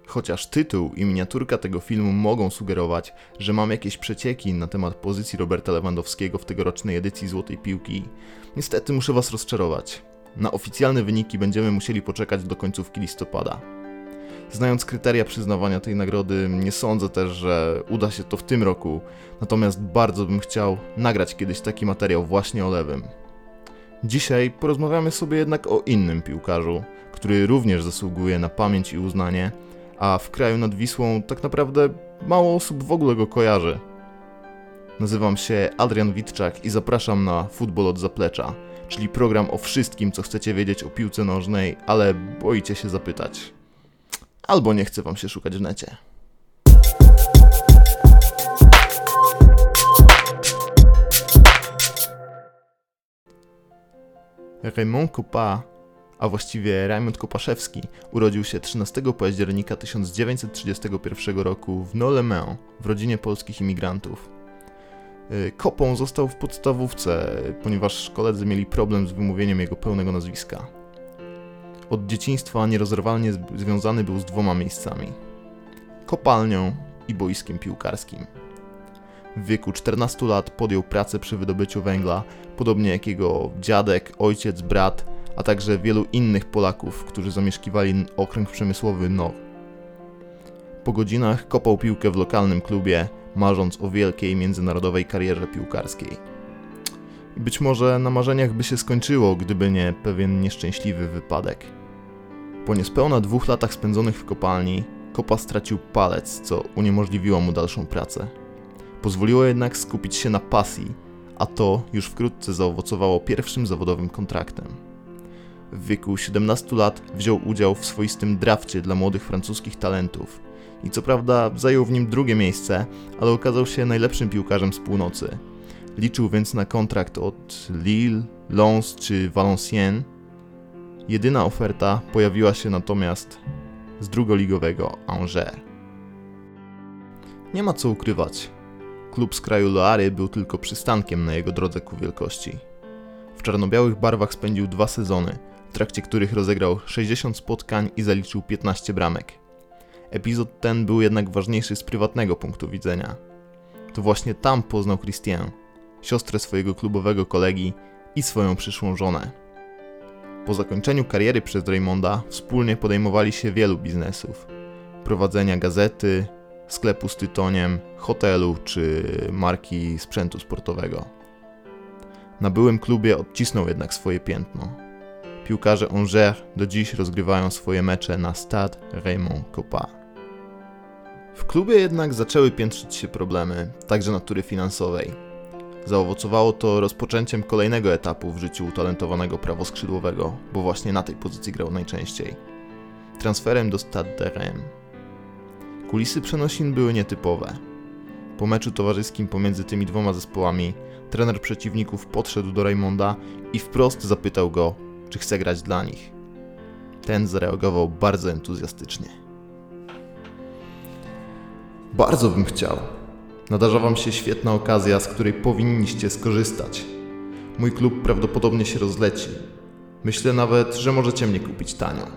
Chociaż tytuł i miniaturka tego filmu mogą sugerować, że mam jakieś przecieki na temat pozycji Roberta Lewandowskiego w tegorocznej edycji Złotej Piłki, niestety muszę was rozczarować. Na oficjalne wyniki będziemy musieli poczekać do końcówki listopada. Znając kryteria przyznawania tej nagrody, nie sądzę też, że uda się to w tym roku, natomiast bardzo bym chciał nagrać kiedyś taki materiał właśnie o Lewym. Dzisiaj porozmawiamy sobie jednak o innym piłkarzu, który również zasługuje na pamięć i uznanie, a w kraju nad Wisłą tak naprawdę mało osób w ogóle go kojarzy. Nazywam się Adrian Witczak i zapraszam na Futbol od zaplecza, czyli program o wszystkim, co chcecie wiedzieć o piłce nożnej, ale boicie się zapytać. Albo nie chce wam się szukać w necie. Raymond Kopa, a właściwie Raymond Kopaszewski, urodził się 13 października 1931 roku w Nole-Mans w rodzinie polskich imigrantów. Kopą został w podstawówce, ponieważ koledzy mieli problem z wymówieniem jego pełnego nazwiska. Od dzieciństwa nierozerwalnie związany był z dwoma miejscami: kopalnią i boiskiem piłkarskim. W wieku 14 lat podjął pracę przy wydobyciu węgla, podobnie jak jego dziadek, ojciec, brat, a także wielu innych Polaków, którzy zamieszkiwali okręg przemysłowy Nord. Po godzinach kopał piłkę w lokalnym klubie, marząc o wielkiej międzynarodowej karierze piłkarskiej. I być może na marzeniach by się skończyło, gdyby nie pewien nieszczęśliwy wypadek. Po niespełna 2 latach spędzonych w kopalni, Kopa stracił palec, co uniemożliwiło mu dalszą pracę. Pozwoliło jednak skupić się na pasji, a to już wkrótce zaowocowało pierwszym zawodowym kontraktem. W wieku 17 lat wziął udział w swoistym drafcie dla młodych francuskich talentów i co prawda zajął w nim 2. miejsce, ale okazał się najlepszym piłkarzem z północy. Liczył więc na kontrakt od Lille, Lens czy Valenciennes. Jedyna oferta pojawiła się natomiast z drugoligowego Angers. Nie ma co ukrywać. Klub z kraju Loary był tylko przystankiem na jego drodze ku wielkości. W czarno-białych barwach spędził 2 sezony, w trakcie których rozegrał 60 spotkań i zaliczył 15 bramek. Epizod ten był jednak ważniejszy z prywatnego punktu widzenia. To właśnie tam poznał Christiane, siostrę swojego klubowego kolegi i swoją przyszłą żonę. Po zakończeniu kariery przez Raymonda wspólnie podejmowali się wielu biznesów: prowadzenia gazety, sklepu z tytoniem, hotelu czy marki sprzętu sportowego. Na byłym klubie odcisnął jednak swoje piętno. Piłkarze Angers do dziś rozgrywają swoje mecze na Stade Raymond Kopa. W klubie jednak zaczęły piętrzyć się problemy, także natury finansowej. Zaowocowało to rozpoczęciem kolejnego etapu w życiu utalentowanego prawoskrzydłowego, bo właśnie na tej pozycji grał najczęściej. Transferem do Stade de Reims. Kulisy przenosin były nietypowe. Po meczu towarzyskim pomiędzy tymi dwoma zespołami trener przeciwników podszedł do Raymonda i wprost zapytał go, czy chce grać dla nich. Ten zareagował bardzo entuzjastycznie. Bardzo bym chciał. Nadarza wam się świetna okazja, z której powinniście skorzystać. Mój klub prawdopodobnie się rozleci. Myślę nawet, że możecie mnie kupić tanio.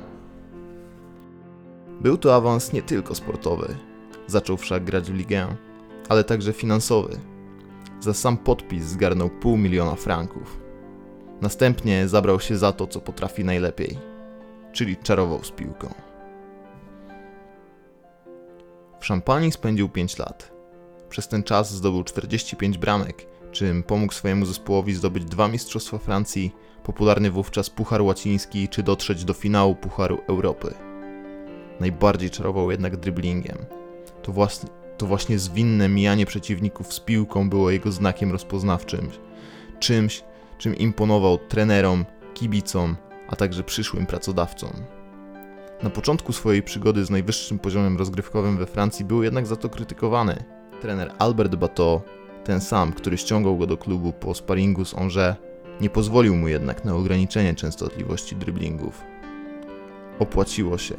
Był to awans nie tylko sportowy. Zaczął wszak grać w Ligue 1, ale także finansowy. Za sam podpis zgarnął 500 000 franków. Następnie zabrał się za to, co potrafi najlepiej, czyli czarował z piłką. W Szampanii spędził 5 lat. Przez ten czas zdobył 45 bramek, czym pomógł swojemu zespołowi zdobyć 2 mistrzostwa Francji, popularny wówczas Puchar Łaciński, czy dotrzeć do finału Pucharu Europy. Najbardziej czarował jednak driblingiem. To właśnie zwinne mijanie przeciwników z piłką było jego znakiem rozpoznawczym. Czymś, czym imponował trenerom, kibicom, a także przyszłym pracodawcom. Na początku swojej przygody z najwyższym poziomem rozgrywkowym we Francji był jednak za to krytykowany. Trener Albert Bateau, ten sam, który ściągał go do klubu po sparingu z Angers, nie pozwolił mu jednak na ograniczenie częstotliwości driblingów. Opłaciło się.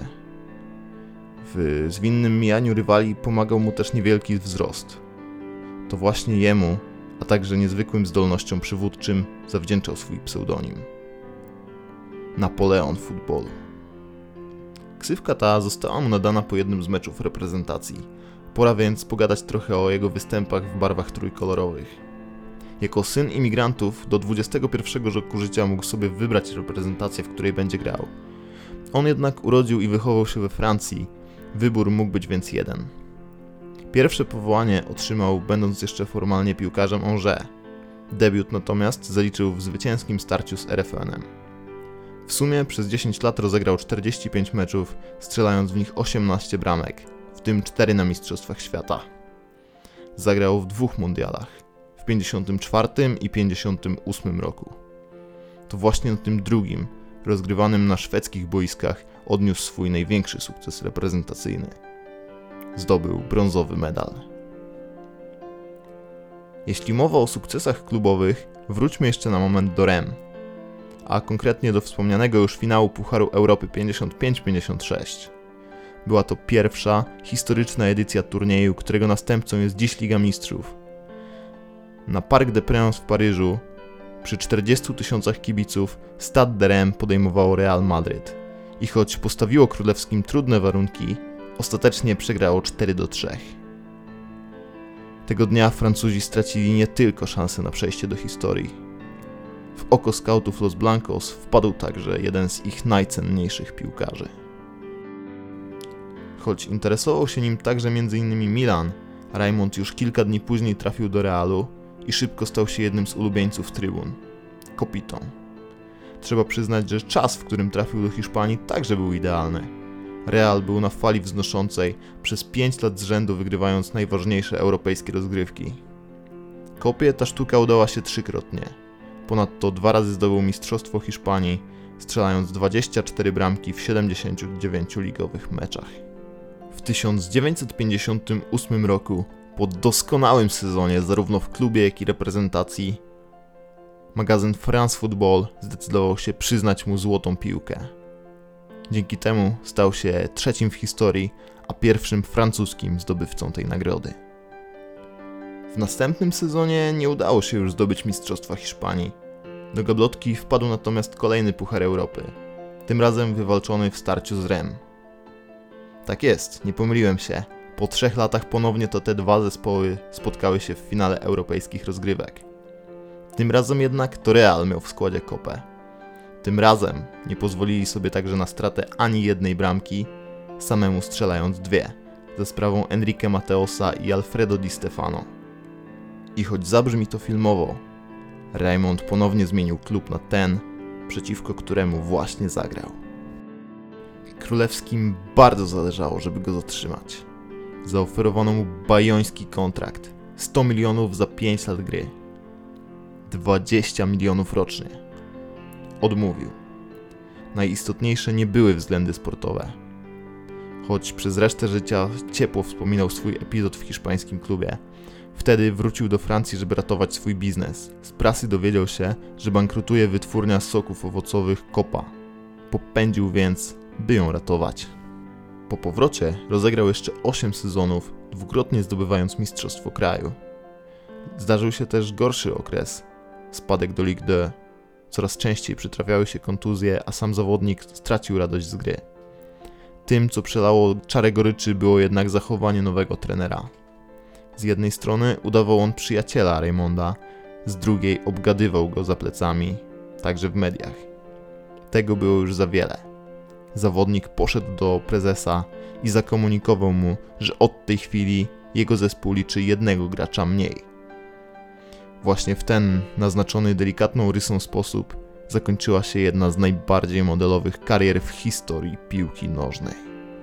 W zwinnym mijaniu rywali pomagał mu też niewielki wzrost. To właśnie jemu, a także niezwykłym zdolnościom przywódczym zawdzięczał swój pseudonim. Napoleon futbolu. Ksywka ta została mu nadana po jednym z meczów reprezentacji. Pora więc pogadać trochę o jego występach w barwach trójkolorowych. Jako syn imigrantów do 21 roku życia mógł sobie wybrać reprezentację, w której będzie grał. On jednak urodził i wychował się we Francji, wybór mógł być więc jeden. Pierwsze powołanie otrzymał będąc jeszcze formalnie piłkarzem Angers. Debiut natomiast zaliczył w zwycięskim starciu z RFN-em. W sumie przez 10 lat rozegrał 45 meczów, strzelając w nich 18 bramek, w tym 4 na Mistrzostwach Świata. Zagrał w 2 mundialach, w 54 i 58 roku. To właśnie na tym drugim, rozgrywanym na szwedzkich boiskach, odniósł swój największy sukces reprezentacyjny. Zdobył brązowy medal. Jeśli mowa o sukcesach klubowych, wróćmy jeszcze na moment do Reims, a konkretnie do wspomnianego już finału Pucharu Europy 55-56. Była to pierwsza, historyczna edycja turnieju, którego następcą jest dziś Liga Mistrzów. Na Parc des Princes w Paryżu, przy 40 000 kibiców, Stade de Reims podejmowało Real Madryt i choć postawiło królewskim trudne warunki, ostatecznie przegrało 4-3. Tego dnia Francuzi stracili nie tylko szansę na przejście do historii. W oko skautów Los Blancos wpadł także jeden z ich najcenniejszych piłkarzy. Choć interesował się nim także m.in. Milan, Raymond już kilka dni później trafił do Realu i szybko stał się jednym z ulubieńców trybun. Copitą. Trzeba przyznać, że czas, w którym trafił do Hiszpanii, także był idealny. Real był na fali wznoszącej, przez 5 lat z rzędu wygrywając najważniejsze europejskie rozgrywki. Kopie ta sztuka udała się 3-krotnie. Ponadto 2 razy zdobył Mistrzostwo Hiszpanii, strzelając 24 bramki w 79 ligowych meczach. W 1958 roku, po doskonałym sezonie zarówno w klubie, jak i reprezentacji, magazyn France Football zdecydował się przyznać mu złotą piłkę. Dzięki temu stał się 3. w historii, a 1. francuskim zdobywcą tej nagrody. W następnym sezonie nie udało się już zdobyć Mistrzostwa Hiszpanii. Do gablotki wpadł natomiast kolejny Puchar Europy, tym razem wywalczony w starciu z Reims. Tak jest, nie pomyliłem się. Po 3 latach ponownie to te 2 zespoły spotkały się w finale europejskich rozgrywek. Tym razem jednak to Real miał w składzie Copę. Tym razem nie pozwolili sobie także na stratę ani jednej bramki, samemu strzelając 2, za sprawą Enrique Mateosa i Alfredo Di Stefano. I choć zabrzmi to filmowo, Raymond ponownie zmienił klub na ten, przeciwko któremu właśnie zagrał. Królewskim bardzo zależało, żeby go zatrzymać. Zaoferowano mu bajoński kontrakt, 100 milionów za 5 lat gry, 20 milionów rocznie. Odmówił. Najistotniejsze nie były względy sportowe. Choć przez resztę życia ciepło wspominał swój epizod w hiszpańskim klubie, wtedy wrócił do Francji, żeby ratować swój biznes. Z prasy dowiedział się, że bankrutuje wytwórnia soków owocowych Copa. Popędził więc, by ją ratować. Po powrocie rozegrał jeszcze 8 sezonów, 2-krotnie zdobywając mistrzostwo kraju. Zdarzył się też gorszy okres, spadek do Ligue 2. Coraz częściej przytrafiały się kontuzje, a sam zawodnik stracił radość z gry. Tym, co przelało czarę goryczy, było jednak zachowanie nowego trenera. Z jednej strony udawał on przyjaciela Raymonda, z drugiej obgadywał go za plecami, także w mediach. Tego było już za wiele. Zawodnik poszedł do prezesa i zakomunikował mu, że od tej chwili jego zespół liczy jednego gracza mniej. Właśnie w ten, naznaczony delikatną rysą sposób, zakończyła się jedna z najbardziej modelowych karier w historii piłki nożnej.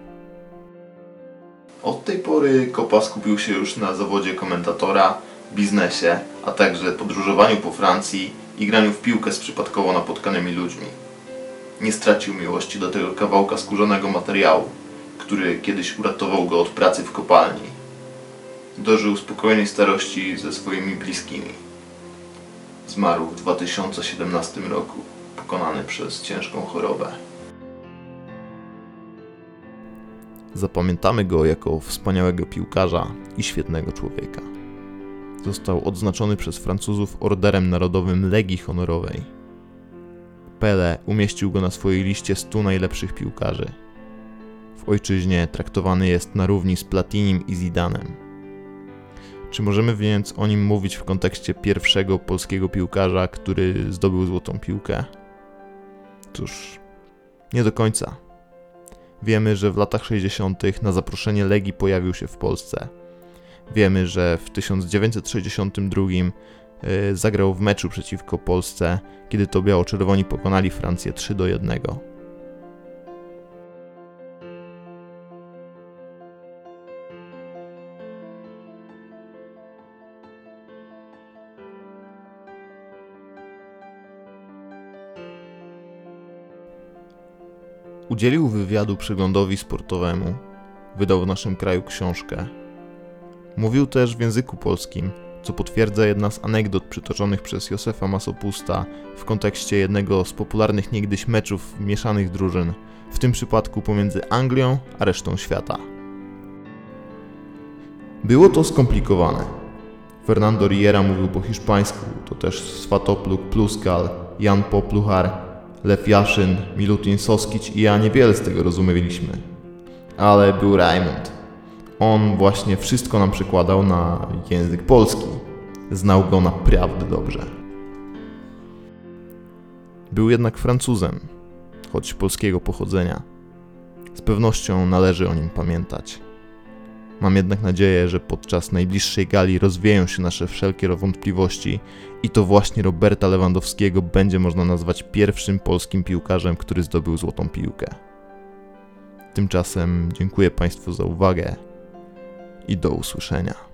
Od tej pory Copa skupił się już na zawodzie komentatora, biznesie, a także podróżowaniu po Francji i graniu w piłkę z przypadkowo napotkanymi ludźmi. Nie stracił miłości do tego kawałka skórzanego materiału, który kiedyś uratował go od pracy w kopalni. Dożył spokojnej starości ze swoimi bliskimi. Zmarł w 2017 roku, pokonany przez ciężką chorobę. Zapamiętamy go jako wspaniałego piłkarza i świetnego człowieka. Został odznaczony przez Francuzów Orderem Narodowym Legii Honorowej. Pelé umieścił go na swojej liście 100 najlepszych piłkarzy. w ojczyźnie traktowany jest na równi z Platinim i Zidanem. Czy możemy więc o nim mówić w kontekście pierwszego polskiego piłkarza, który zdobył złotą piłkę? Cóż, nie do końca. Wiemy, że w latach 60. na zaproszenie Legii pojawił się w Polsce. Wiemy, że w 1962 zagrał w meczu przeciwko Polsce, kiedy to biało-czerwoni pokonali Francję 3-1. Udzielił wywiadu przeglądowi sportowemu, wydał w naszym kraju książkę. Mówił też w języku polskim, co potwierdza jedna z anegdot przytoczonych przez Józefa Massopusta w kontekście jednego z popularnych niegdyś meczów mieszanych drużyn, w tym przypadku pomiędzy Anglią a resztą świata. Było to skomplikowane. Fernando Riera mówił po hiszpańsku, to też Svatopluk Pluskal, Jan Popluchar, Lew Jaszyn, Milutin Soskić i ja niewiele z tego rozumieliśmy. Ale był Raimund. On właśnie wszystko nam przekładał na język polski. Znał go naprawdę dobrze. Był jednak Francuzem, choć polskiego pochodzenia. Z pewnością należy o nim pamiętać. Mam jednak nadzieję, że podczas najbliższej gali rozwieją się nasze wszelkie wątpliwości i to właśnie Roberta Lewandowskiego będzie można nazwać pierwszym polskim piłkarzem, który zdobył złotą piłkę. Tymczasem dziękuję Państwu za uwagę i do usłyszenia.